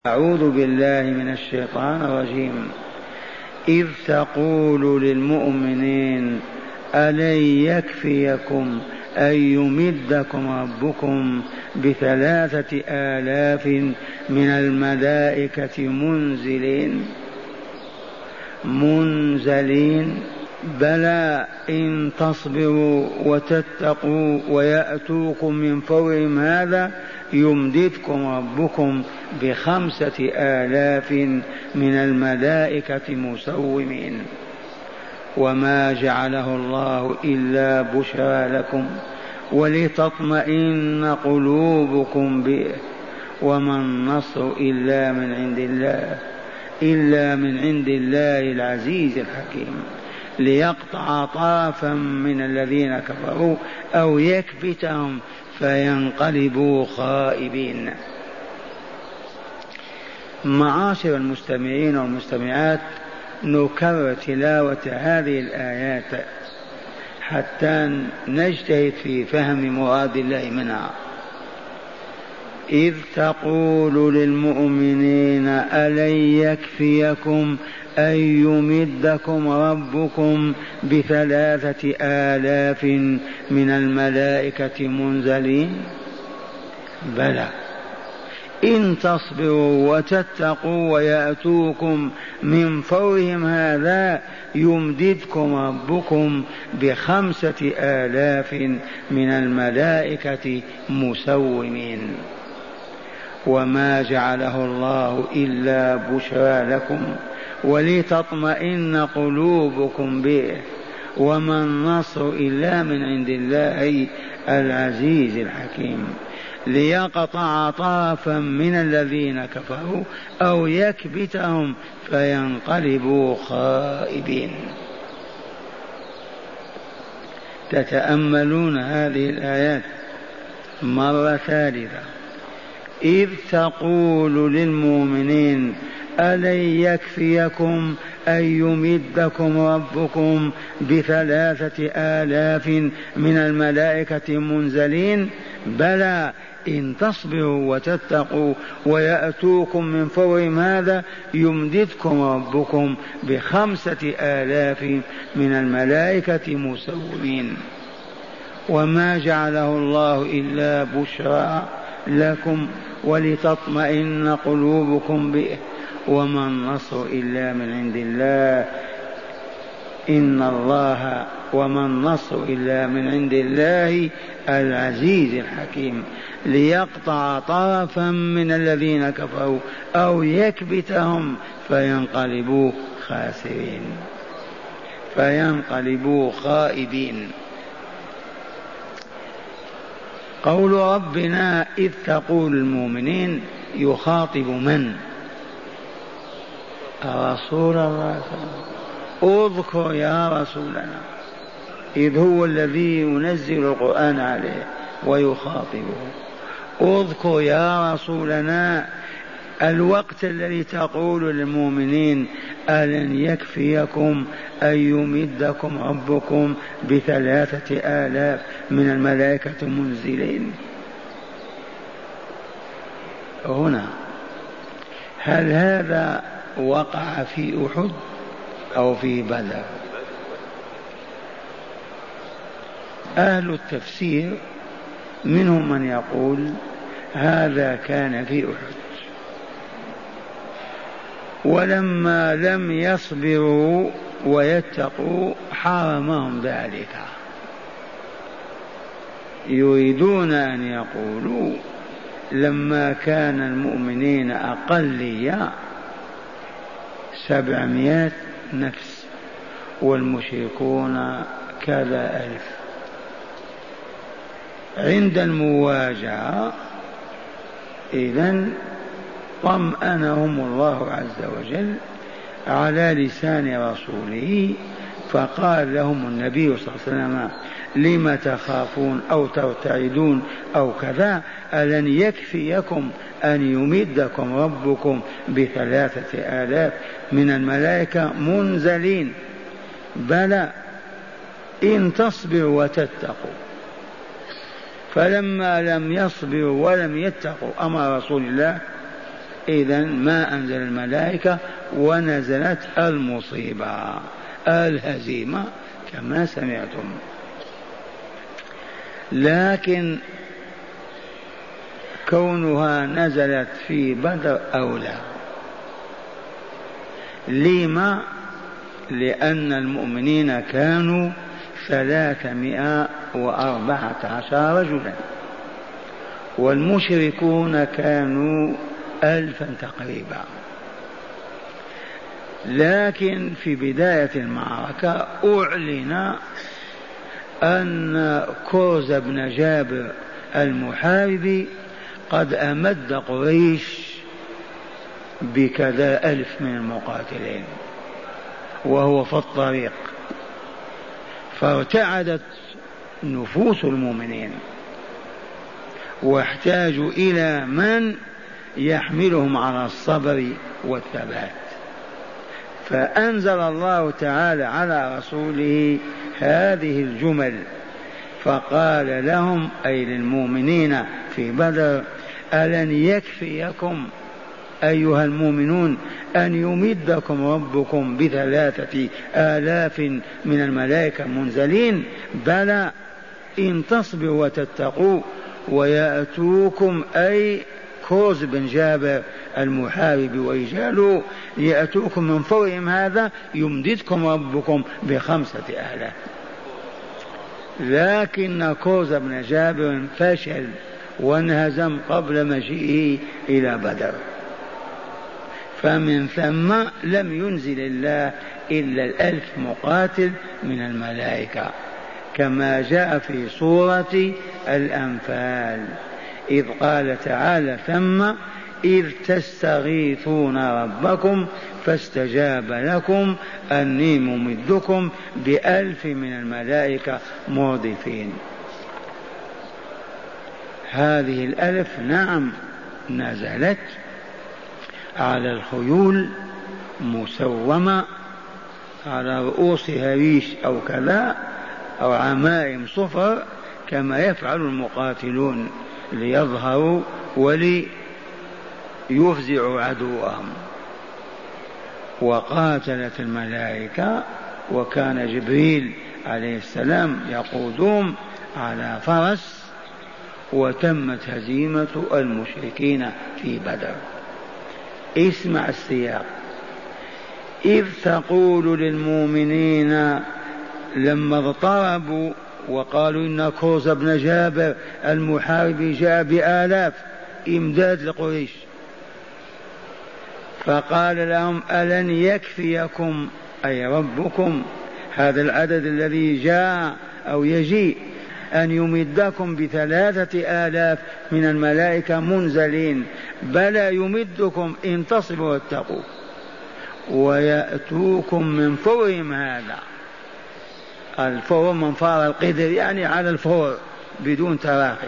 أعوذ بالله من الشيطان الرجيم. إذ تقول للمؤمنين ألن يكفيكم أن يمدكم ربكم ب3,000 من الملائكة منزلين بلى إن تصبروا وتتقوا ويأتوكم من فورهم هذا يمددكم ربكم ب5,000 من الملائكة مسومين. وما جعله الله إلا بشرى لكم ولتطمئن قلوبكم به وما النصر إلا من عند الله العزيز الحكيم ليقطع طرفا من الذين كفروا أو يكبتهم فينقلبوا خائبين. معاشر المستمعين والمستمعات، نكرر تلاوة هذه الآيات حتى نجتهد في فهم مراد الله منها. إذ تقول للمؤمنين ألن يكفيكم أن يمدكم ربكم ب3,000 من الملائكة منزلين بلى إن تصبروا وتتقوا ويأتوكم من فورهم هذا يمددكم ربكم ب5,000 من الملائكة مسومين. وما جعله الله إلا بشرى لكم ولتطمئن قلوبكم به وما النصر إلا من عند الله العزيز الحكيم ليقطع طرفا من الذين كفروا أو يكبتهم فينقلبوا خائبين. تتأملون هذه الآيات مرة ثالثة. إذ تقول للمؤمنين ألن يكفيكم أن يمدكم ربكم ب3,000 من الملائكة منزلين بلى إن تصبروا وتتقوا ويأتوكم من فورهم هذا يمددكم ربكم ب5,000 من الملائكة مسومين. وما جعله الله إلا بشرى لكم ولتطمئن قلوبكم به وما النصر إلا من عند الله وما النصر إلا من عند الله العزيز الحكيم ليقطع طرفا من الذين كفروا أو يكبتهم فينقلبوا خاسرين فينقلبوا خائبين. قول ربنا إذ تقول المؤمنين يخاطب من؟ رسول الله. اذكر يا رسولنا، إذ هو الذي ينزل القرآن عليه ويخاطبه. اذكر يا رسولنا الوقت الذي تقول للمؤمنين ألن يكفيكم أن يمدكم ربكم ب3,000 من الملائكة منزلين. هنا هل هذا وقع في أحد أو في بدر؟ أهل التفسير منهم من يقول هذا كان في أحد، ولما لم يصبروا ويتقوا حرمهم ذلك. يريدون أن يقولوا لما كان المؤمنين أقلية 700 نفس والمشركون كذا 1000، عند المواجهة إذن طمأنهم الله عز وجل على لسان رسوله فقال لهم النبي صلى الله عليه وسلم لم تخافون أو ترتعدون أو كذا ألن يكفيكم أن يمدكم ربكم ب3,000 من الملائكة منزلين بلى إن تصبروا وتتقوا. فلما لم يصبروا ولم يتقوا أمر رسول الله إذن ما أنزل الملائكة ونزلت المصيبة الهزيمة كما سمعتم. لكن كونها نزلت في بدر أولى. لما؟ لأن المؤمنين كانوا 314 رجلا والمشركون كانوا 1000 تقريبا. لكن في بداية المعركة أعلن أن كوز بن جابر المحاربي قد أمد قريش بكذا 1000 من المقاتلين وهو في الطريق، فارتعدت نفوس المؤمنين واحتاجوا إلى من يحملهم على الصبر والثبات، فأنزل الله تعالى على رسوله هذه الجمل فقال لهم أي للمؤمنين في بدر: ألن يكفيكم أيها المؤمنون أن يمدكم ربكم ب3,000 من الملائكة منزلين؟ بلى إن تصبروا وتتقوا ويأتوكم، أي كوز بن جابر المحارب ورجاله، يأتوكم من فورهم هذا يمددكم ربكم ب5,000. لكن كوز بن جابر فشل وانهزم قبل مجيئه إلى بدر، فمن ثم لم ينزل الله إلا 1000 مقاتل من الملائكة كما جاء في سورة الأنفال إذ قال تعالى: ثم إذ تستغيثون ربكم فاستجاب لكم أني ممدكم ب1000 من الملائكة مردفين. هذه 1000 نعم نزلت على الخيول مسومة على رؤوسها ريش أو كذا أو عمائم صفر كما يفعل المقاتلون ليظهروا وليفزعوا عدوهم. وقاتلت الملائكة وكان جبريل عليه السلام يقودهم على فرس، وتمت هزيمة المشركين في بدر. اسمع السياق: إذ تقول للمؤمنين لما اضطربوا وقالوا إن كوز بن جابر المحاربي جاء ب1000 إمداد لقريش، فقال لهم: ألن يكفيكم أي ربكم هذا العدد الذي جاء أو يجيء أن يمدكم ب3,000 من الملائكة منزلين؟ بلى يمدكم إن تصبروا واتقوا ويأتوكم من فورهم هذا. الفور من فار القدر، يعني على الفور بدون تراخي.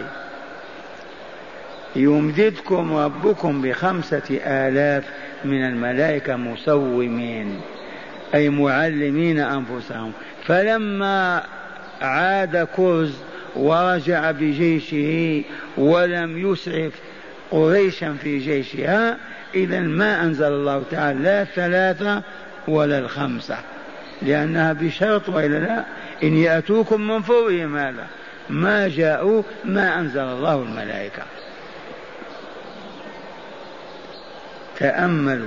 يمددكم ربكم ب5,000 من الملائكة مسومين أي معلمين أنفسهم. فلما عاد كوز ورجع بجيشه ولم يسعف قريشا في جيشها، إذن ما أنزل الله تعالى لا 3 ولا 5، لأنها بشرط وإلا لا إن يأتوكم من فورهم هذا ما جاءوا ما أنزل الله الملائكة. تأملوا.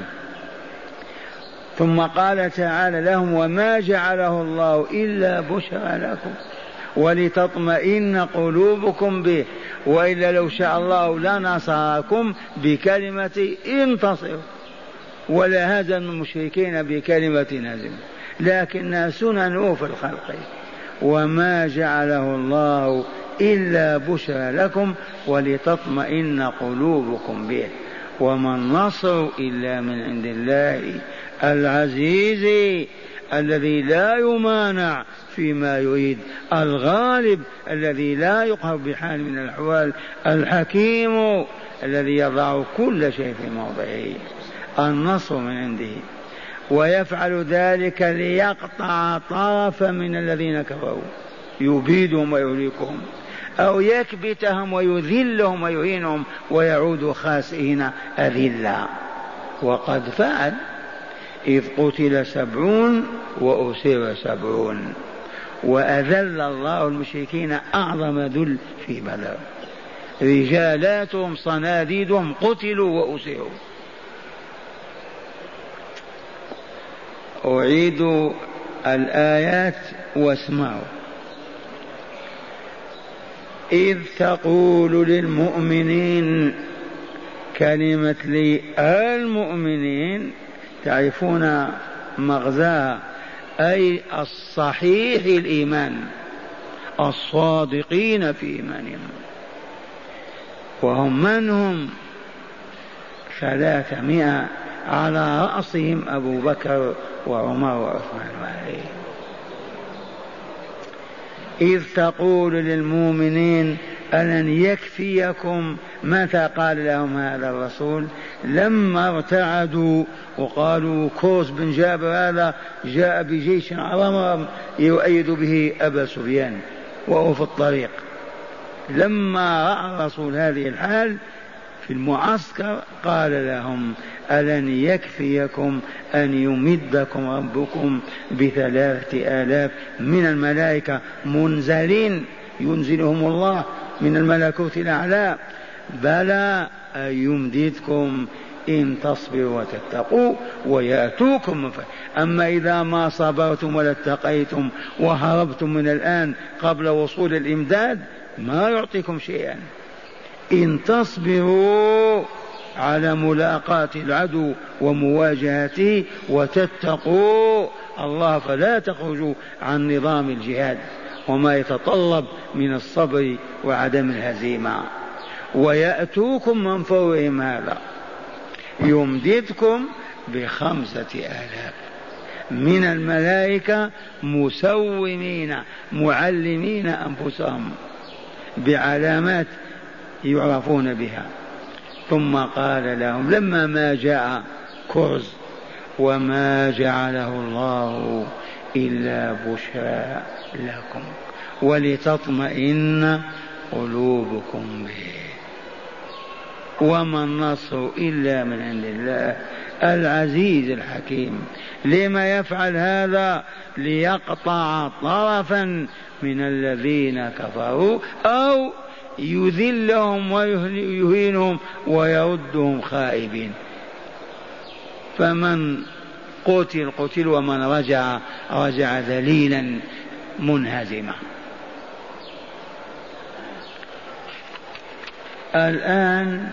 ثم قال تعالى لهم: وما جعله الله إلا بشرى لكم ولتطمئن قلوبكم به، وإلا لو شاء الله لنصركم بكلمة انتصروا ولا هزم المشركين بكلمة نزم، لكنها سنن في الخلق. وما جعله الله إلا بشرى لكم ولتطمئن قلوبكم به، وما النصر إلا من عند الله العزيز الذي لا يمانع فيما يريد، الغالب الذي لا يقهر بحال من الأحوال، الحكيم الذي يضع كل شيء في موضعه. النصر من عنده، ويفعل ذلك ليقطع طرفا من الذين كفروا يبيدهم ويهلكهم. أو يكبتهم ويذلهم ويهينهم ويعودوا خاسئين أذلا. وقد فعل، إذ قتل 70 وأسر 70 وأذل الله المشركين أعظم ذل في بدر، رجالاتهم صناديدهم قتلوا وأسروا. أعيد الآيات واسمعوا. إذ تقول للمؤمنين، كلمة للمؤمنين تعرفون مغزاها، أي الصحيح الإيمان الصادقين في إيمانهم. وهم من هم؟ 300 على رأسهم أبو بكر وعمر وعثمان وعلي. إذ تقول للمؤمنين ألن يكفيكم، متى قال لهم هذا الرسول؟ لما ارتعدوا وقالوا كوس بن جابر هذا جاء بجيش عظيم يؤيد به أبا سفيان وهو في الطريق. لما رأى الرسول هذه الحال في المعسكر قال لهم ألن يكفيكم أن يمدكم ربكم ب3,000 من الملائكة منزلين، ينزلهم الله من الملكوت الأعلى؟ بلى، أن يمددكم إن تصبروا وتتقوا ويأتوكم. أما إذا ما صبرتم ولا اتقيتم وهربتم من الآن قبل وصول الإمداد ما يعطيكم شيئا. إن تصبروا على ملاقاة العدو ومواجهته وتتقوا الله فلا تخرجوا عن نظام الجهاد وما يتطلب من الصبر وعدم الهزيمة. ويأتوكم من فورهم هذا، يمددكم ب5,000 من الملائكة مسومين معلمين أنفسهم بعلامات يعرفون بها. ثم قال لهم لما ما جاء كرز وما جعله الله إلا بشرى لكم ولتطمئن قلوبكم به وما النصر إلا من عند الله العزيز الحكيم. لما يفعل هذا؟ ليقطع طرفا من الذين كفروا أو يذلهم ويهينهم ويردهم خائبين. فمن قتل قتل ومن رجع رجع ذليلا منهزما. الآن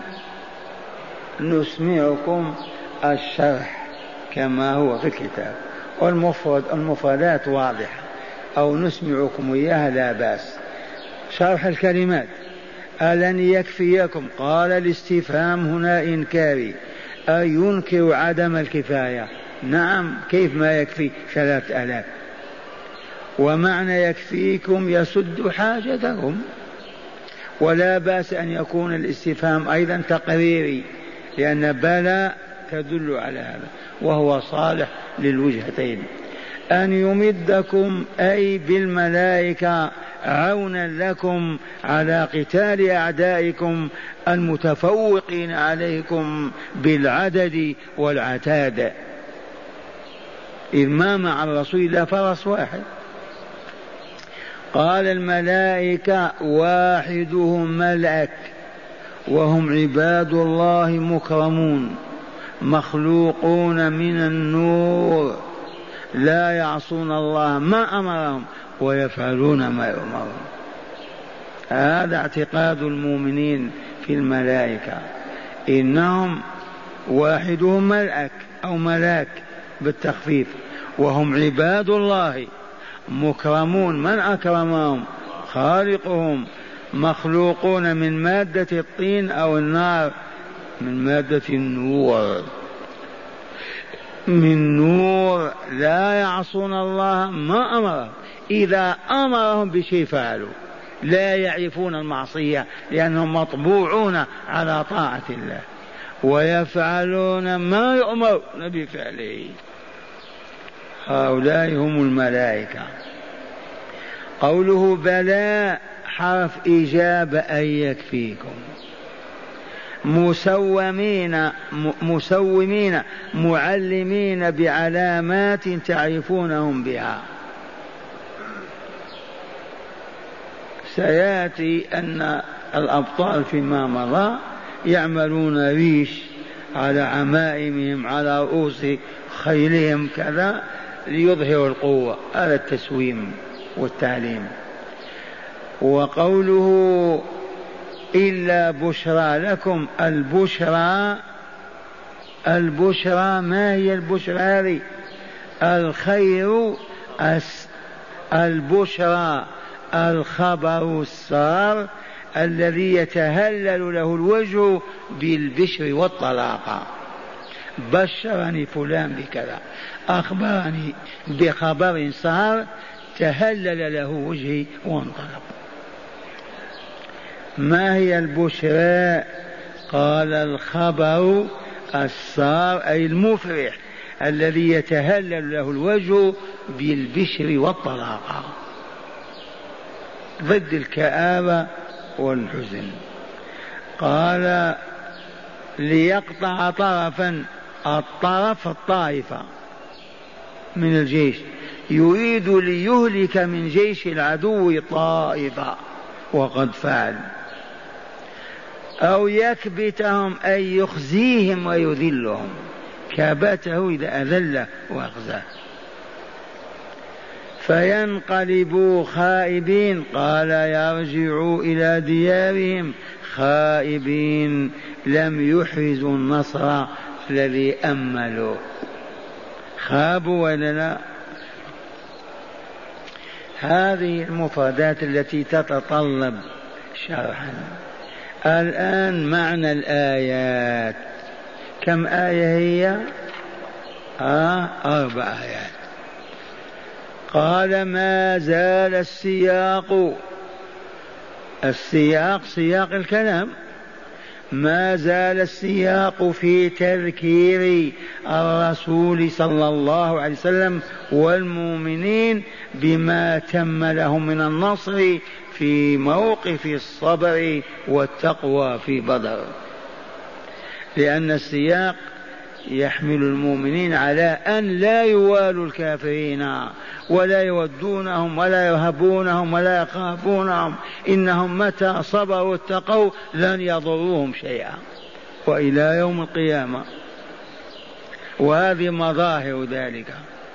نسمعكم الشرح كما هو في الكتاب، والمفردات واضحة أو نسمعكم إياها لا بأس. شرح الكلمات. ألن يكفيكم؟ قال الاستفهام هنا إنكاري، أي ينكر عدم الكفاية. نعم، كيف ما يكفي 3,000؟ ومعنى يكفيكم يسد حاجتكم، ولا بأس أن يكون الاستفهام أيضا تقريري، لأن بلى تدل على هذا وهو صالح للوجهتين. أن يمدكم أي بالملائكة عونا لكم على قتال أعدائكم المتفوقين عليكم بالعدد والعتاد، إذ ما مع الرسول إلا فرس واحد. قال الملائكة واحدهم ملك وهم عباد الله مكرمون مخلوقون من النور لا يعصون الله ما أمرهم ويفعلون ما يؤمرون. هذا اعتقاد المؤمنين في الملائكة، إنهم واحدهم ملك أو ملاك بالتخفيف، وهم عباد الله مكرمون. من أكرمهم؟ خالقهم. مخلوقون من مادة الطين أو النار، من مادة النور، من نور لا يعصون الله ما أمرهم، إذا أمرهم بشيء فعلوا، لا يعرفون المعصية لأنهم مطبوعون على طاعة الله، ويفعلون ما يؤمر بفعله. هؤلاء هم الملائكة. قوله بلى حرف إجابة أن يكفيكم، مسومين معلمين بعلامات تعرفونهم بها. سيأتي أن الأبطال فيما مضى يعملون ريش على عمائمهم على رؤوس خيلهم كذا ليظهروا القوة، هذا التسويم والتعليم. وقوله إلا بشرى لكم، البشرى ما هي البشرى هذه؟ الخير، البشرى الخبر السار الذي يتهلل له الوجه بالبشر والطلاقة. بشرني فلان بكذا، أخبرني بخبر سار تهلل له وجهي وانطلق. ما هي البشرى؟ قال الخبر السار أي المفرح الذي يتهلل له الوجه بالبشر والطلاقة، ضد الكآبة والحزن. قال ليقطع طرفا، الطرف الطائفة من الجيش، يريد ليهلك من جيش العدو طائفة وقد فعل، أو يكبتهم أي يخزيهم ويذلهم، كبته إذا أذله وأخزاه، فينقلبوا خائبين. قال يرجعوا إلى ديارهم خائبين لم يحرزوا النصر الذي أملوا. خابوا ولا لا؟ هذه المفردات التي تتطلب شرحا. الآن معنى الآيات، كم آية هي؟ 4 آيات. قال ما زال السياق سياق الكلام، ما زال السياق في تذكير الرسول صلى الله عليه وسلم والمؤمنين بما تم لهم من النصر في موقف الصبر والتقوى في بدر، لأن السياق يحمل المؤمنين على أن لا يوالوا الكافرين ولا يودونهم ولا يرهبونهم ولا يخافونهم، إنهم متى صبروا واتقوا لن يضروهم شيئا وإلى يوم القيامة، وهذه مظاهر ذلك.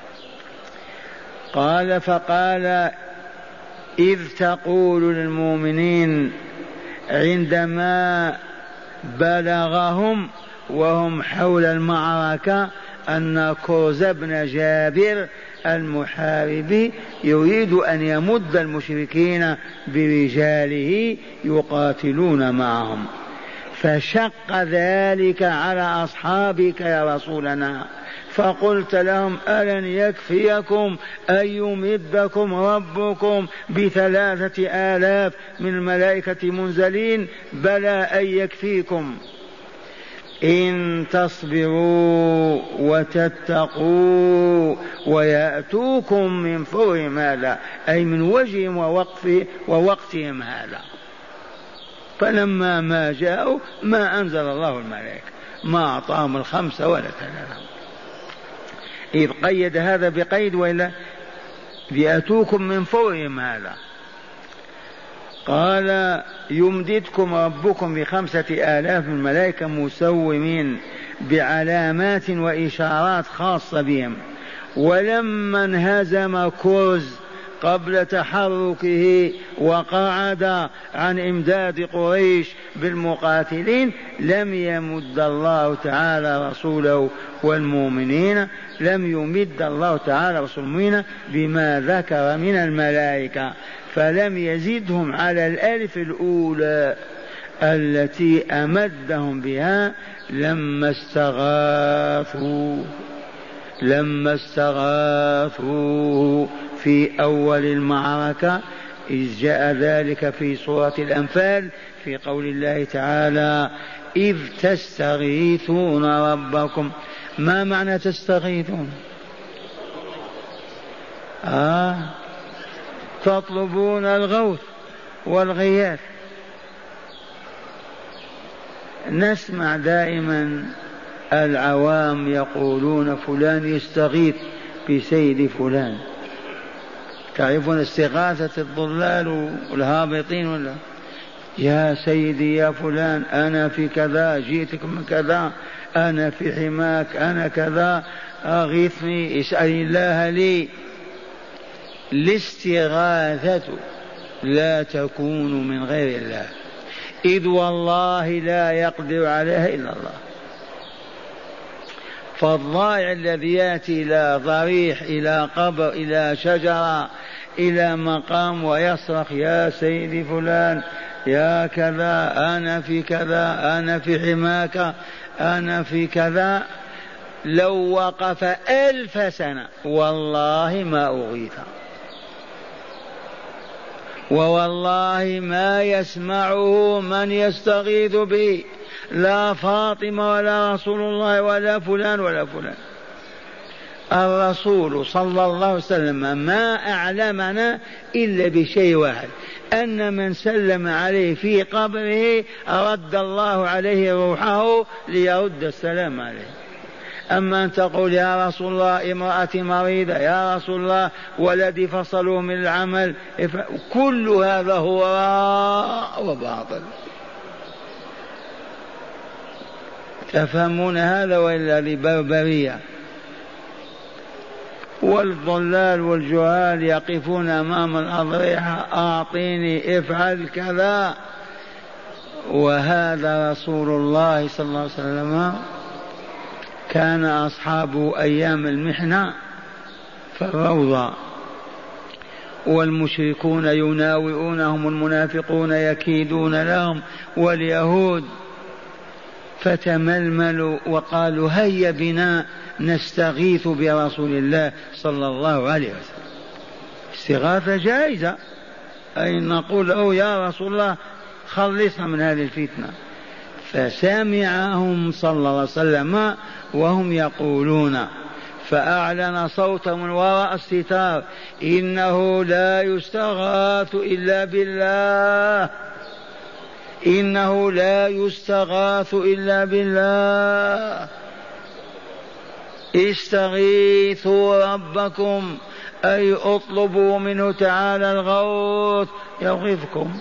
قال فقال إذ تقول للمؤمنين عندما بلغهم وهم حول المعركة أن كرز بن جابر المحارب يريد أن يمد المشركين برجاله يقاتلون معهم، فشق ذلك على أصحابك يا رسولنا، فقلت لهم ألن يكفيكم أن يمدكم ربكم ب3,000 من الملائكة منزلين؟ بلى أن يكفيكم إن تصبروا وتتقوا ويأتوكم من فورهم هذا، أي من وجههم ووقتهم هذا. فلما ما جاءوا ما أنزل الله الملائكة، ما أعطاهم 5 ولا 3. إذ قيد هذا بقيد وإلا يأتوكم من فورهم هذا. قال يمددكم ربكم ب5,000 من الملائكة مسومين بعلامات وإشارات خاصة بهم. ولما انهزم كرز قبل تحركه وقعد عن إمداد قريش بالمقاتلين لم يمد الله تعالى رسوله والمؤمنين، لم يمد الله تعالى رسول المؤمنين بما ذكر من الملائكة، فلم يزدهم على 1,000 الأولى التي أمدهم بها لما استغاثوا في أول المعركة، إذ جاء ذلك في سورة الأنفال في قول الله تعالى إذ تستغيثون ربكم. ما معنى تستغيثون؟ تطلبون الغوث، والغياث. نسمع دائما العوام يقولون فلان يستغيث بسيد فلان. تعرفون استغاثة الضلال والهابطين ولا؟ يا سيدي يا فلان أنا في كذا، جئتك من كذا، أنا في حماك، أنا كذا، أغيثني، اسأل الله لي. الاستغاثة لا تكون من غير الله، إذ والله لا يقدر عليها إلا الله. فالضائع الذي يأتي إلى ضريح، إلى قبر، إلى شجرة، إلى مقام ويصرخ يا سيدي فلان يا كذا، أنا في كذا، أنا في حماك، أنا في كذا، لو وقف 1000 سنة والله ما أغيث، ووالله ما يسمعه من يستغيث به، لا فاطمة ولا رسول الله ولا فلان ولا فلان. الرسول صلى الله عليه وسلم ما أعلمنا إلا بشيء واحد، أن من سلم عليه في قبره رد الله عليه روحه ليرد السلام عليه. أما أن تقول يا رسول الله امرأتي مريضة، يا رسول الله ولدي فصلوا من العمل، كل هذا هو وباطل. تفهمون هذا وإلا لبربرية؟ والضلال والجهال يقفون أمام الأضرحة أعطيني افعل كذا. وهذا رسول الله صلى الله عليه وسلم كان أصحابه أيام المحنة في الروضة والمشركون يناوئونهم، المنافقون يكيدون لهم واليهود، فتململوا وقالوا هيا بنا نستغيث برسول الله صلى الله عليه وسلم. استغاثة جائزة، أي نقول له يا رسول الله خلصنا من هذه الفتنة. فسمعهم صلى الله عليه وسلم وهم يقولون، فأعلن صوته من وراء الستار إنه لا يستغاث إلا بالله، إنه لا يستغاث إلا بالله، استغيثوا ربكم، أي اطلبوا منه تعالى الغوث يغيثكم.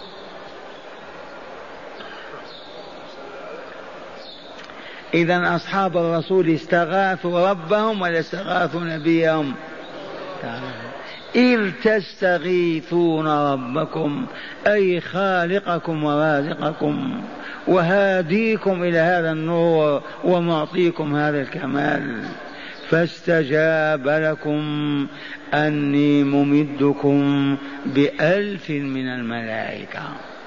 إذن أصحاب الرسول استغاثوا ربهم ولا استغاثوا نبيهم؟ إذ تستغيثون ربكم، أي خالقكم ورازقكم وهاديكم إلى هذا النور ومعطيكم هذا الكمال، فاستجاب لكم أني ممدكم ب1000 من الملائكة.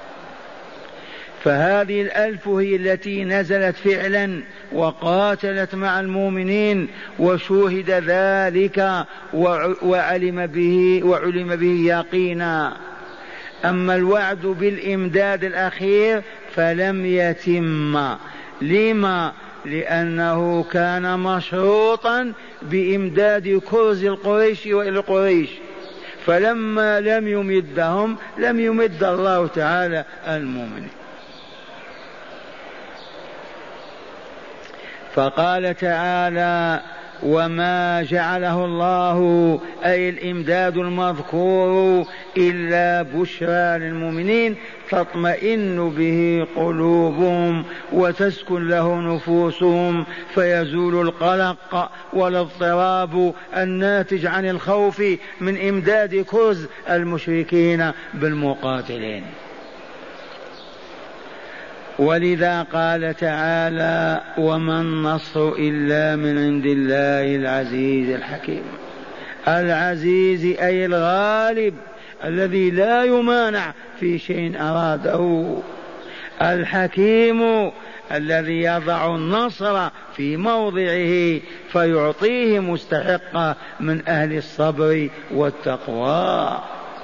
فهذه 1000 هي التي نزلت فعلا وقاتلت مع المؤمنين وشوهد ذلك وعلم به يقينا. أما الوعد بالإمداد الأخير فلم يتم. لما؟ لأنه كان مشروطا بإمداد كرز القريش وإلى قريش، فلما لم يمدهم لم يمد الله تعالى المؤمنين. فقال تعالى وما جعله الله، أي الإمداد المذكور، إلا بشرى للمؤمنين تطمئن به قلوبهم وتسكن له نفوسهم، فيزول القلق والاضطراب الناتج عن الخوف من إمداد كرز المشركين بالمقاتلين. ولذا قال تعالى وما النصر إلا من عند الله العزيز الحكيم. العزيز أي الغالب الذي لا يمانع في شيء أراده، الحكيم الذي يضع النصر في موضعه فيعطيه مستحق من أهل الصبر والتقوى،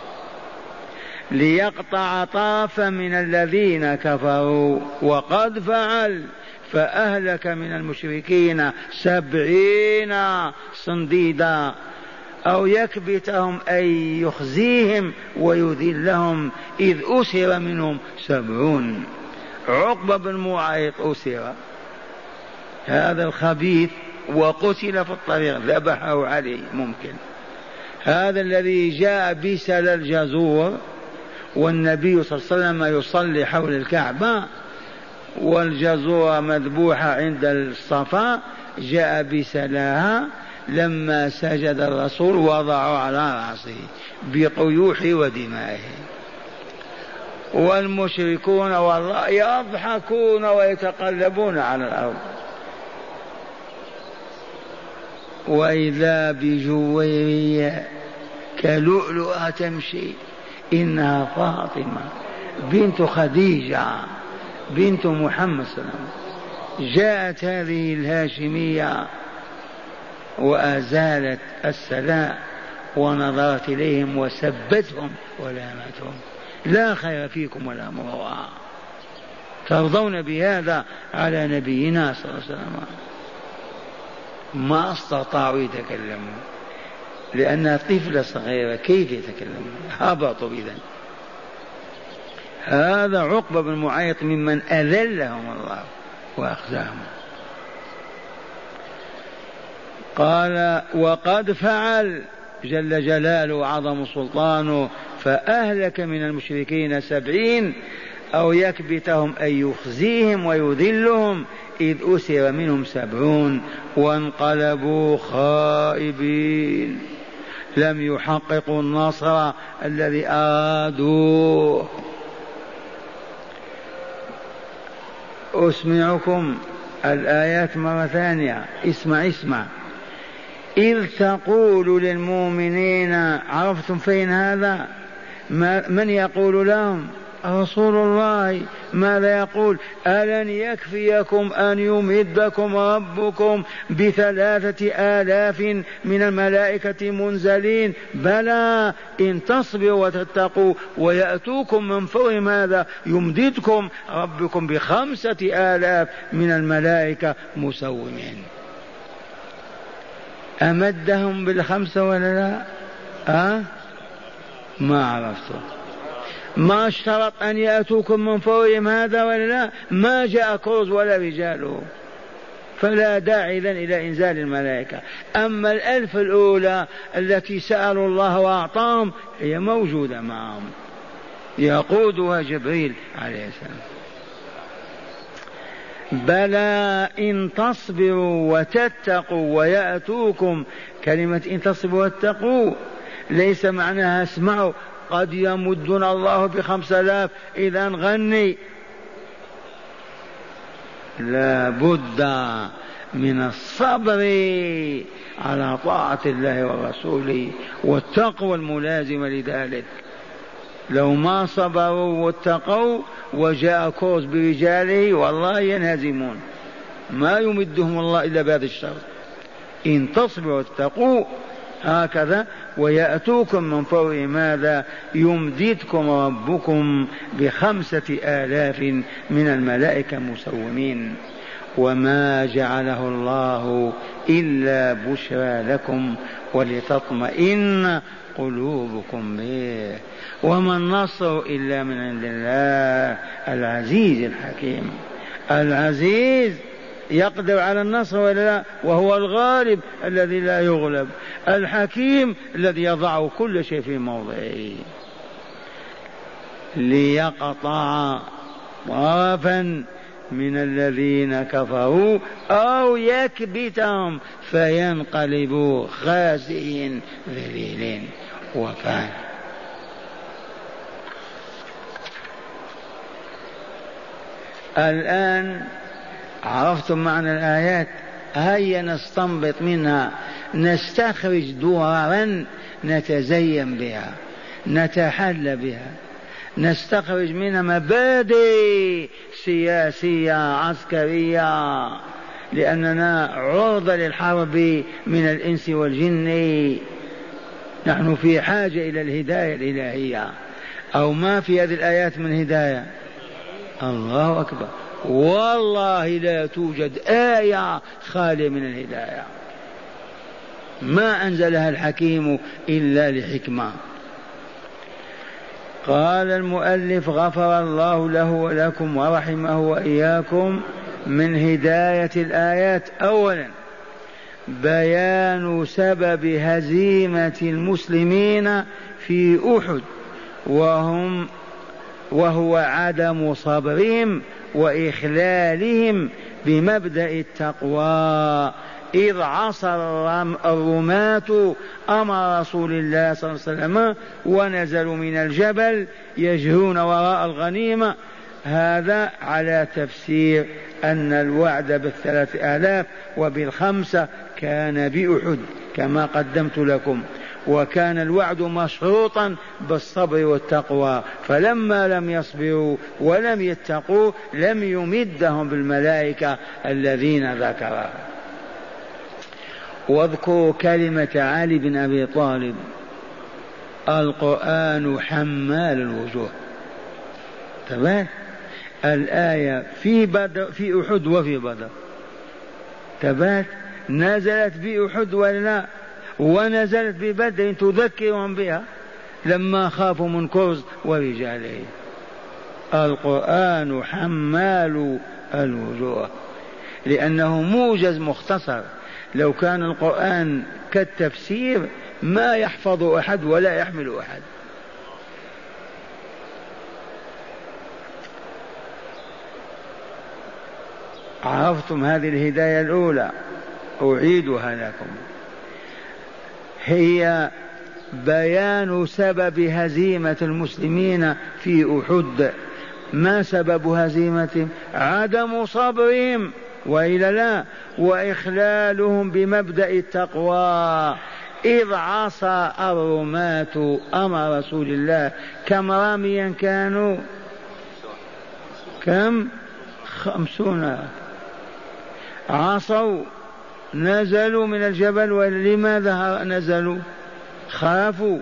ليقطع طرفا من الذين كفروا، وقد فعل فأهلك من المشركين 70 صنديدا أو يكبتهم أي يخزيهم ويذلهم إذ أسر منهم 70. عقبة بن معيط أسر، هذا الخبيث، وقتل في الطريق، ذبحه علي ممكن. هذا الذي جاء بسل الجزور والنبي صلى الله عليه وسلم يصلي حول الكعبة والجزور مذبوحة عند الصفا، جاء بسلاها لما سجد الرسول وضعوا على رأسه بقيوح ودمائه. والمشركون والله يضحكون ويتقلبون على الأرض. وإذا بجويرية كلؤلؤة تمشي، إنها فاطمة بنت خديجة بنت محمد صلى الله عليه وسلم. جاءت هذه الهاشمية وأزالت السلاء ونظرت إليهم وسبتهم ولامتهم: لا خير فيكم ولا مروءة. ترضون بهذا على نبينا صلى الله عليه وسلم؟ ما استطاعوا يتكلموا لأنها طفلة صغيرة، كيف يتكلمون؟ هبطوا إذن. هذا عقبة بن معيط ممن أذلهم الله وأخزاهم. قال: وقد فعل جل جلاله وعظم سلطانه فأهلك من المشركين 70 أو يكبتهم أي يخزيهم ويذلهم إذ أسر منهم 70 وانقلبوا خائبين، لم يحققوا النصر الذي أرادوه. أسمعكم الآيات مرة ثانية، اسمع. إذ تقول للمؤمنين، عرفتم فين هذا؟ من يقول لهم؟ رسول الله. ماذا يقول؟ ألن يكفيكم أن يمدكم ربكم ب3,000 من الملائكة منزلين؟ بلى إن تصبروا وتتقوا ويأتوكم من فوق ماذا يمددكم ربكم ب5,000 من الملائكة مسومين. أمدهم بال5 ولا لا؟ ما عرفتم. ما اشترط أن يأتوكم من فورهم هذا ولا لا؟ ما جاء كرز ولا رجاله، فلا داعي إذن إلى إنزال الملائكة. أما 1,000 الأولى التي سألوا الله وأعطاهم هي موجودة معهم، يقودها جبريل عليه السلام. بلى إن تصبروا وتتقوا ويأتوكم. كلمة إن تصبروا وتتقوا ليس معناها اسمعوا قد يمدنا الله ب5,000 إذا غني. لا بد من الصبر على طاعة الله ورسوله والتقوى الملازمة لذلك. لو ما صبروا واتقوا وجاء كوز برجاله والله ينهزمون، ما يمدهم الله إلا بهذا الشرط: إن تصبروا واتقوا هكذا ويأتوكم من فوق ماذا يمددكم ربكم ب5,000 من الملائكة مسومين. وما جعله الله إلا بشرى لكم ولتطمئن قلوبكم به وما النصر إلا من عند الله العزيز الحكيم. العزيز يقدر على النصر ولا لا؟ وهو الغالب الذي لا يغلب، الحكيم الذي يضع كل شيء في موضعه. ليقطع طرفا من الذين كفروا أو يكبتهم فينقلبوا خاسئين ذليلين. وكان الآن عرفتم معنى الآيات، هيا نستنبط منها، نستخرج دورا نتزين بها، نتحلى بها، نستخرج منها مبادئ سياسية عسكرية، لأننا عرضة للحرب من الإنس والجن. نحن في حاجة إلى الهداية الإلهية، أو ما في هذه الآيات من هداية؟ الله أكبر، والله لا توجد آية خالية من الهداية. ما أنزلها الحكيم إلا لحكمة. قال المؤلف غفر الله له ولكم ورحمه وإياكم: من هداية الآيات أولا بيان سبب هزيمة المسلمين في أحد، وهو عدم صبرهم وإخلالهم بمبدأ التقوى، إذ عصى الرماة أمر رسول الله صلى الله عليه وسلم ونزلوا من الجبل يجهون وراء الغنيمة. هذا على تفسير أن الوعد ب3,000 وب5 كان بأحد كما قدمت لكم، وكان الوعد مشروطا بالصبر والتقوى، فلما لم يصبروا ولم يتقوا لم يمدهم بالملائكة الذين ذكرها. واذكروا كلمة علي بن أبي طالب: القرآن حمال الوجوه. تمام. الآية في بدر، في أحد وفي بدر، تبات نزلت بأحد ولا ونزلت ببدر تذكرهم بها لما خافوا من كرز ورجاله. القرآن حمال الوجوه لأنه موجز مختصر. لو كان القرآن كالتفسير ما يحفظ أحد ولا يحمل أحد. عرفتم هذه الهداية الأولى؟ أعيدها لكم، هي بيان سبب هزيمة المسلمين في أحد. ما سبب هزيمتهم؟ عدم صبرهم وإلا لا، وإخلالهم بمبدأ التقوى، إذ عصى الرماة أمر رسول الله. كم راميا كانوا؟ كم؟ 50. عصوا، نزلوا من الجبل. ولماذا نزلوا؟ خافوا.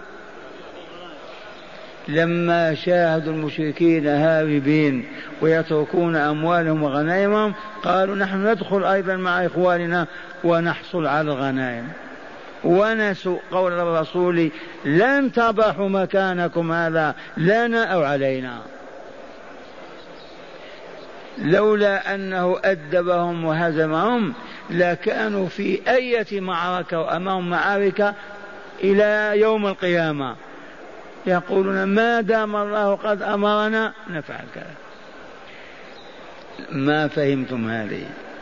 لما شاهدوا المشركين هاربين ويتركون أموالهم وغنائمهم قالوا نحن ندخل أيضا مع إخواننا ونحصل على الغنائم، ونسوا قول الرسول: لن تبرحوا مكانكم هذا لنا أو علينا. لولا أنه أدبهم وهزمهم لكانوا في أي معركة وأمام معارك إلى يوم القيامة يقولون ما دام الله قد أمرنا نفعل كذا. ما فهمتم هذه؟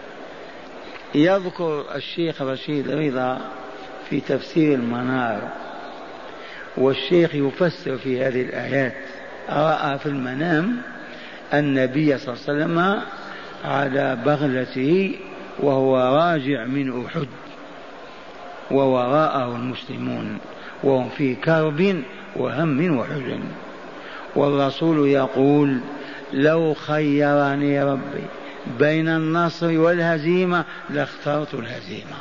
يذكر الشيخ رشيد رضا في تفسير المنار، والشيخ يفسر في هذه الآيات: رأى في المنام النبي صلى الله عليه وسلم على بغلته وهو راجع من أحد ووراءه المسلمون وهم في كرب وهم وحزن، والرسول يقول: لو خيرني ربي بين النصر والهزيمة لاخترت الهزيمة.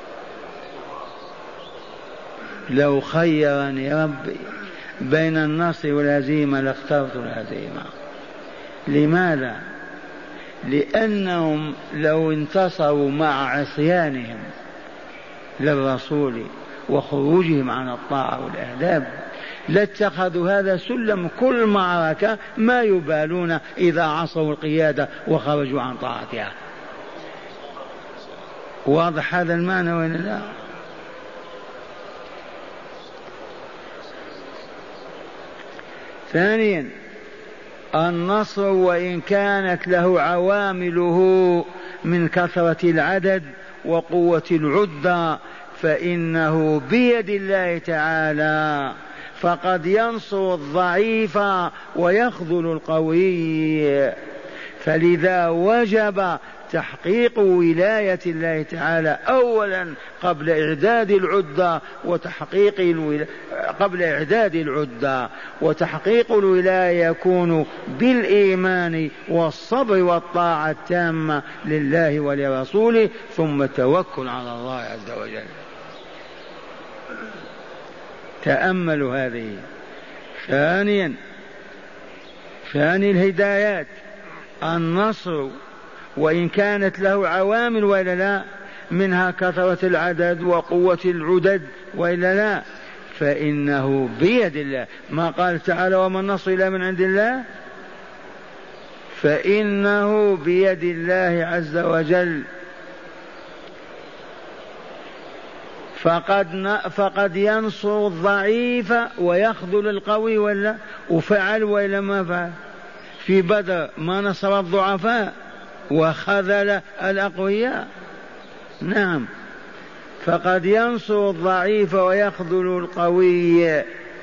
لو خيرني ربي بين النصر والهزيمة لاخترت الهزيمة. لماذا؟ لأنهم لو انتصروا مع عصيانهم للرسول وخروجهم عن الطاعة والآداب لاتخذوا هذا سلم كل معركة، ما يبالون إذا عصوا القيادة وخرجوا عن طاعتها. واضح هذا المعنى ولا لا؟ ثانيا النصر وإن كانت له عوامله من كثرة العدد وقوة العدة فإنه بيد الله تعالى، فقد ينصر الضعيف ويخذل القوي. فلذا وجب تحقيق ولاية الله تعالى أولا قبل إعداد العدة قبل إعداد العدة. وتحقيق الولاية يكون بالإيمان والصبر والطاعة التامة لله ولرسوله، ثم التوكل على الله عز وجل. تأملوا هذه. ثاني الهدايات النصر وإن كانت له عوامل ولا لا، منها كثرة العدد وقوة العدد وإلا لا، فإنه بيد الله. ما قال تعالى وما النصر إلا من عند الله، فإنه بيد الله عز وجل. فقد ينصر الضعيف ويخذل القوي، ولا وفعل وإلا ما فعل؟ في بدر ما نصر الضعفاء وخذل الأقوياء؟ نعم، فقد ينصر الضعيف ويخذل القوي.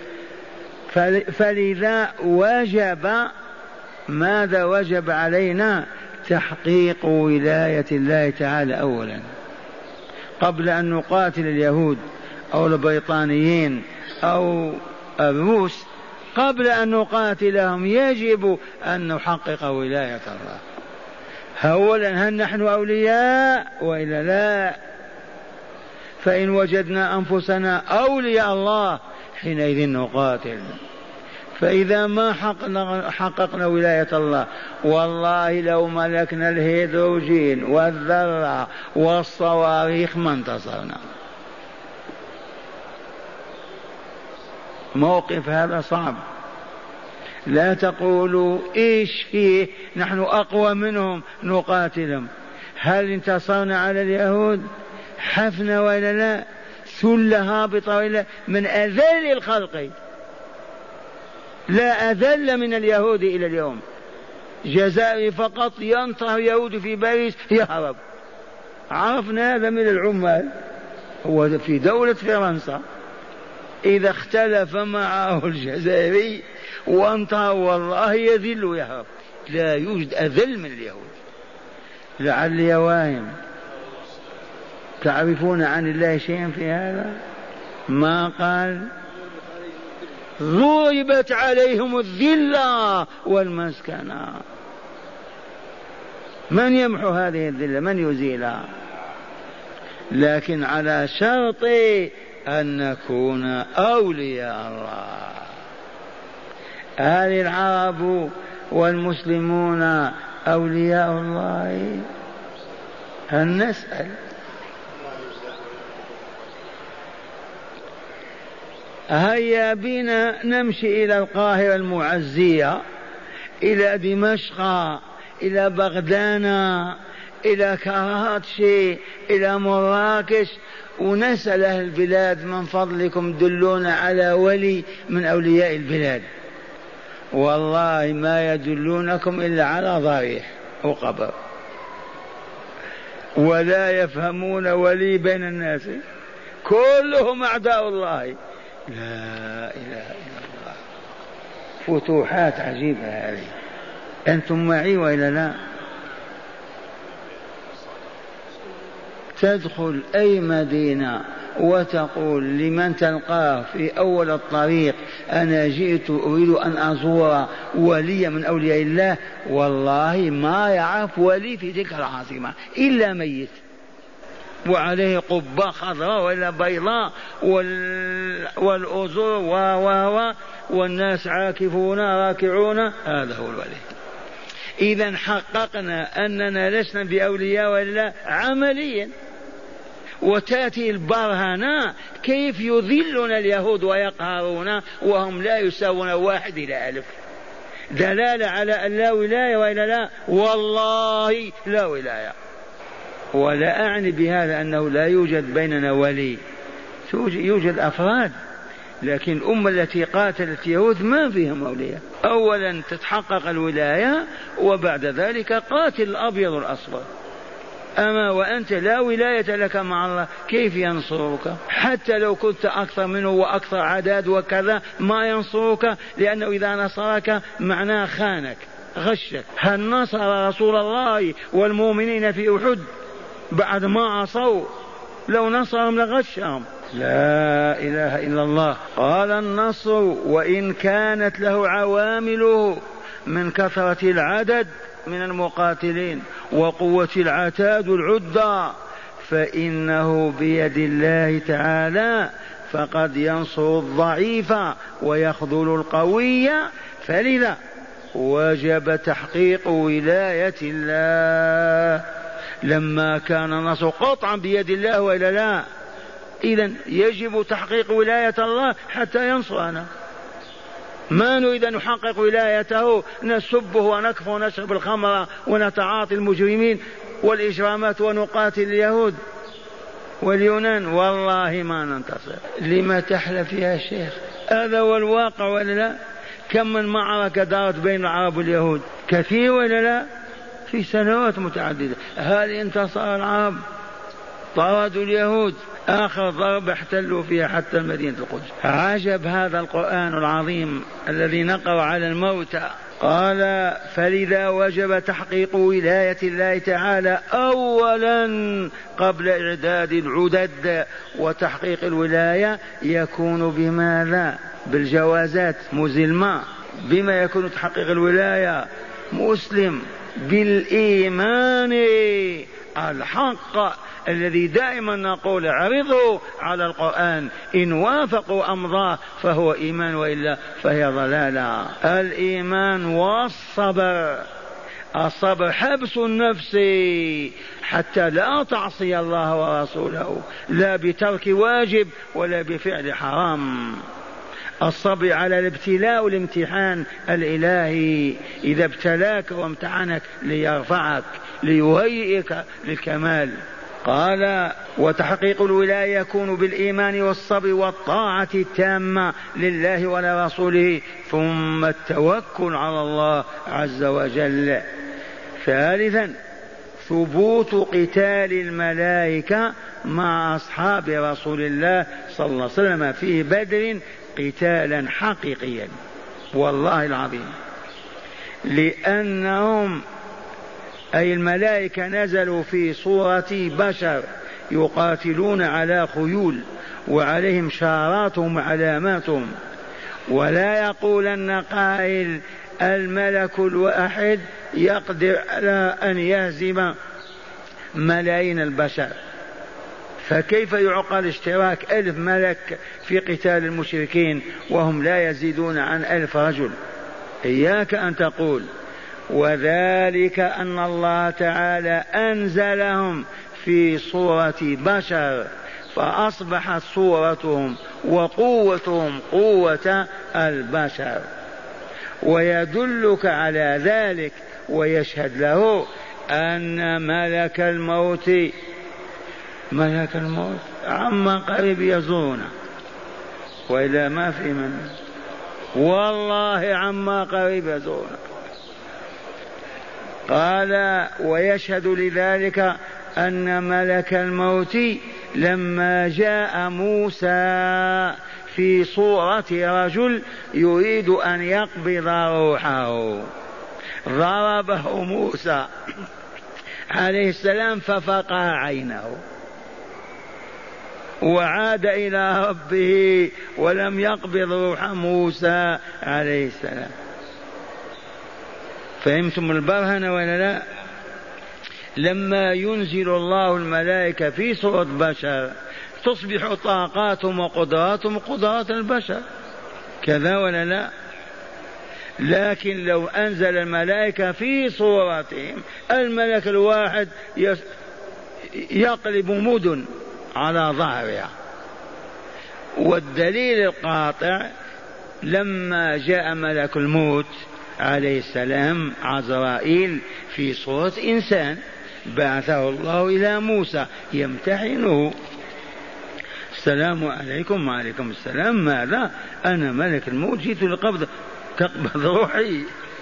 فلذا وجب، ماذا وجب علينا؟ تحقيق ولاية الله تعالى أولا قبل أن نقاتل اليهود أو البريطانيين أو الروس. قبل أن نقاتلهم يجب أن نحقق ولاية الله أولا. هل نحن أولياء وإلا لا؟ فإن وجدنا أنفسنا أولياء الله حينئذ نقاتل. فإذا ما حققنا ولاية الله، والله لو ملكنا الهيدروجين والذرة والصواريخ ما انتصرنا. موقف هذا صعب. لا تقولوا إيش فيه نحن أقوى منهم نقاتلهم. هل انتصرنا على اليهود؟ حفنا ولا لا؟ ثلة هابطة ولا؟ من أذل الخلق، لا أذل من اليهود إلى اليوم. جزائري فقط ينطر يهود في باريس يهرب. عرفنا هذا من العمال. هو في دولة فرنسا إذا اختلف معه الجزائري وانطر والله يذل ويهرب. لا يوجد أذل من اليهود. لعلي واهم. تعرفون عن الله شيئا في هذا؟ ما قال ضربت عليهم الذلة والمسكنة. من يمحو هذه الذلة؟ من يزيلها؟ لكن على شرط أن نكون أولياء الله. هل العرب والمسلمون أولياء الله؟ هل نسأل؟ هيا بنا نمشي إلى القاهرة المعزية، إلى دمشق، إلى بغداد، إلى كراتشي، إلى مراكش، ونسأل أهل البلاد من فضلكم دلونا على ولي من أولياء البلاد. والله ما يدلونكم إلا على ضريح وقبر، ولا يفهمون ولي بين الناس، كلهم أعداء الله. لا إله إلا الله. فتوحات عجيبة هذه. أنتم معي وإلا لا؟ تدخل أي مدينة وتقول لمن تلقاه في أول الطريق أنا جئت أريد أن أزور ولي من أولياء الله، والله ما يعرف ولي في تلك العاصمة إلا ميت وعليه قبة خضراء ولا بيضاء والأزر والناس عاكفون راكعون. هذا هو الولي. إذا حققنا أننا لسنا بأولياء ولا عمليا. وتأتي البرهنة كيف يذلنا اليهود ويقهرون وهم لا يساوون 1 إلى 1000. دلالة على أن لا ولاية وإلا لا؟ والله لا ولاية. ولا أعني بهذا أنه لا يوجد بيننا ولي، يوجد أفراد، لكن الأمة التي قاتلت يهود ما فيهم أولياء. أولا تتحقق الولاية وبعد ذلك قاتل الأبيض والأصفر. أما وأنت لا ولاية لك مع الله كيف ينصرك؟ حتى لو كنت أكثر منه وأكثر عدد وكذا ما ينصرك، لأنه إذا نصرك معناه خانك غشك. هل نصر رسول الله والمؤمنين في أحد بعد ما عصوا؟ لو نصرهم لغشهم. لا إله إلا الله. قال النصر وإن كانت له عوامله من كثرة العدد من المقاتلين وقوة العتاد العدة فإنه بيد الله تعالى، فقد ينصر الضعيف ويخذل القوي. فلذا وجب تحقيق ولاية الله. لما كان النصر قطعا بيد الله وإلا لا؟ إذن يجب تحقيق ولاية الله حتى ينصرنا. ما نريد أن نحقق ولايته نسبه ونكفر ونشرب الخمر ونتعاطي المجرمين والإجرامات ونقاتل اليهود واليونان، والله ما ننتصر. لما تحلف يا شيخ؟ هذا هو الواقع ولا لا؟ كم من معركة دارت بين العرب واليهود؟ كثير ولا لا؟ في سنوات متعددة. هل انتصر العرب؟ طردوا اليهود، آخر ضرب احتلوا فيها حتى مدينة القدس. عجب هذا القرآن العظيم الذي نقر على الموتى. قال فلذا وجب تحقيق ولاية الله تعالى أولا قبل إعداد العدد. وتحقيق الولاية يكون بماذا؟ بالجوازات مزلمة. بما يكون تحقيق الولاية؟ مسلم بالإيمان الحق الذي دائما نقول اعرضوا على القرآن، إن وافقوا أمضاه فهو إيمان وإلا فهي ضلالة. الإيمان والصبر. الصبر حبس النفس حتى لا تعصي الله ورسوله، لا بترك واجب ولا بفعل حرام. الصبر على الابتلاء والامتحان الإلهي، إذا ابتلاك وامتحنك ليرفعك ليهيئك للكمال. قال وتحقيق الولاية يكون بالإيمان والصبر والطاعة التامة لله ولرسوله، ثم التوكل على الله عز وجل. ثالثا ثبوت قتال الملائكة مع أصحاب رسول الله صلى الله عليه وسلم في بدر قتالا حقيقيا والله العظيم، لأنهم أي الملائكة نزلوا في صورة بشر يقاتلون على خيول وعليهم شاراتهم وعلاماتهم. ولا يقولن قائل الملك الواحد يقدر على أن يهزم ملايين البشر، فكيف يعقل اشتراك 1000 ملك في قتال المشركين وهم لا يزيدون عن 1000 رجل؟ إياك أن تقول. وذلك أن الله تعالى أنزلهم في صورة بشر فأصبحت صورتهم وقوتهم قوة البشر. ويدلك على ذلك ويشهد له أن ملك الموت عما قريب يزورنا، وإلا ما في من، والله عما قريب يزورنا. قال ويشهد لذلك أن ملك الموت لما جاء موسى في صورة رجل يريد أن يقبض روحه ضربه موسى عليه السلام ففقع عينه وعاد إلى ربه ولم يقبض روح موسى عليه السلام. فهمتم البرهنة ولا لا؟ لما ينزل الله الملائكة في صورة بشر تصبح طاقاتهم وقدراتهم قدرات البشر، كذا ولا لا؟ لكن لو أنزل الملائكة في صورتهم الملك الواحد يقلب مدن على ظهرها. والدليل القاطع لما جاء ملك الموت عليه السلام عزرائيل في صورة إنسان بعثه الله إلى موسى يمتحنه، السلام عليكم. وعليكم السلام. ماذا؟ أنا ملك الموت جئت لقبض تقبض روحي.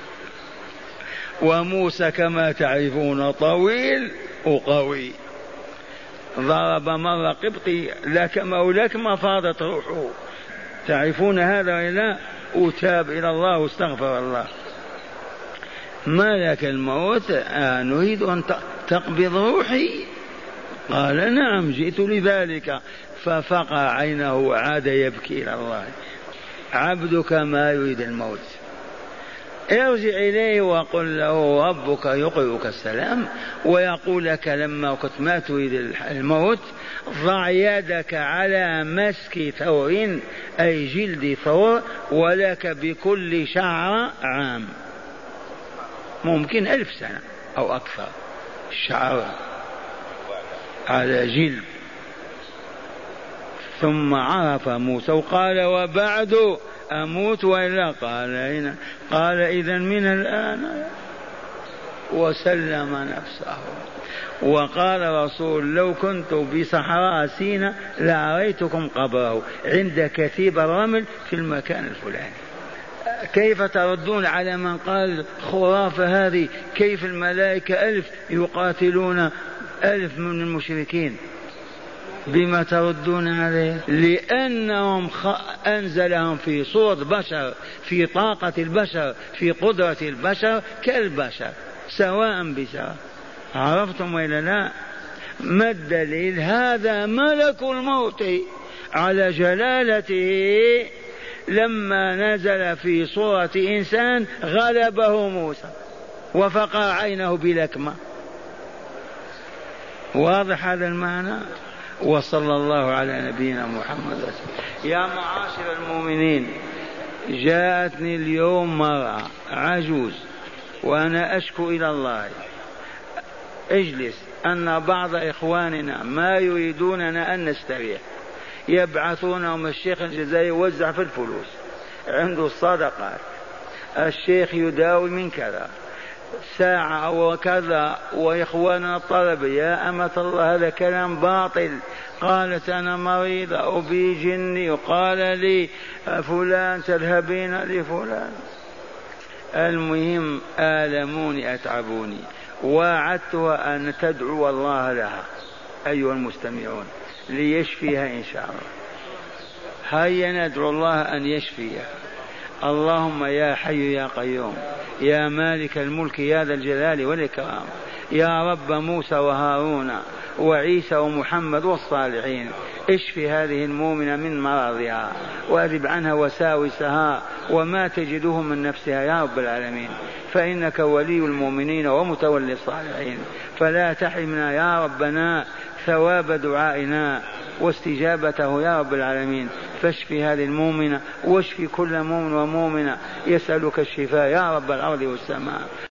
وموسى كما تعرفون طويل وقوي، ضرب مرة قبطي لك مولاك ما فاضت روحه. تعرفون هذا ولا؟ وتاب إلى الله واستغفر الله. ملك الموت نريد أن تقبض روحي؟ قال نعم جئت لذلك، ففقع عينه وعاد يبكي إلى الله. عبدك ما يريد الموت، ارجع إليه وقل له ربك يقرئك السلام ويقول لك لما كنت ما تريد الموت ضع يدك على مسك ثور أي جلد ثور ولك بكل شعر عام، ممكن 1000 سنة أو أكثر. الشعر على جلب. ثم عرف موسى وقال وبعد أموت وإلا؟ قال هنا. قال إذن من الآن، وسلم نفسه. وقال رسول لو كنت بصحراء سيناء لأريتكم قبره عند كثيب الرمل في المكان الفلاني. كيف تردون على من قال خرافة هذه؟ كيف الملائكة 1000 يقاتلون 1000 من المشركين؟ بما تردون عليه؟ لأنهم أنزلهم في صورة بشر، في طاقة البشر، في قدرة البشر كالبشر سواء بسواء. عرفتم وإلا لا؟ ما الدليل؟ هذا ملك الموت على جلالته لما نزل في صورة إنسان غلبه موسى وفقع عينه بلكمة. واضح هذا المعنى؟ وصلى الله على نبينا محمد. يا معاشر المؤمنين، جاءتني اليوم مرأة عجوز وأنا أشكو إلى الله اجلس أن بعض إخواننا ما يريدوننا أن نستريح، يبعثونهم الشيخ الجزائري يوزع في الفلوس، عنده الصدقات، الشيخ يداوي من كذا ساعة وكذا، وإخواننا الطلبة يا أمة الله هذا كلام باطل. قالت أنا مريضة وبي جني، وقال لي فلان تذهبين لفلان. المهم آلموني أتعبوني، وعدتها أن تدعو الله لها أيها المستمعون ليشفيها إن شاء الله. هيا ندعو الله أن يشفيها. اللهم يا حي يا قيوم يا مالك الملك يا ذا الجلال والإكرام، يا رب موسى وهارون وعيسى ومحمد والصالحين، اشف هذه المؤمنة من مرضها وأذب عنها وساوسها وما تجده من نفسها يا رب العالمين، فإنك ولي المؤمنين ومتولي الصالحين، فلا تحرمنا يا ربنا ثواب دعائنا واستجابته يا رب العالمين. فاشف هذه المؤمنة واشف كل مؤمن ومؤمنة يسألك الشفاء يا رب الأرض والسماء.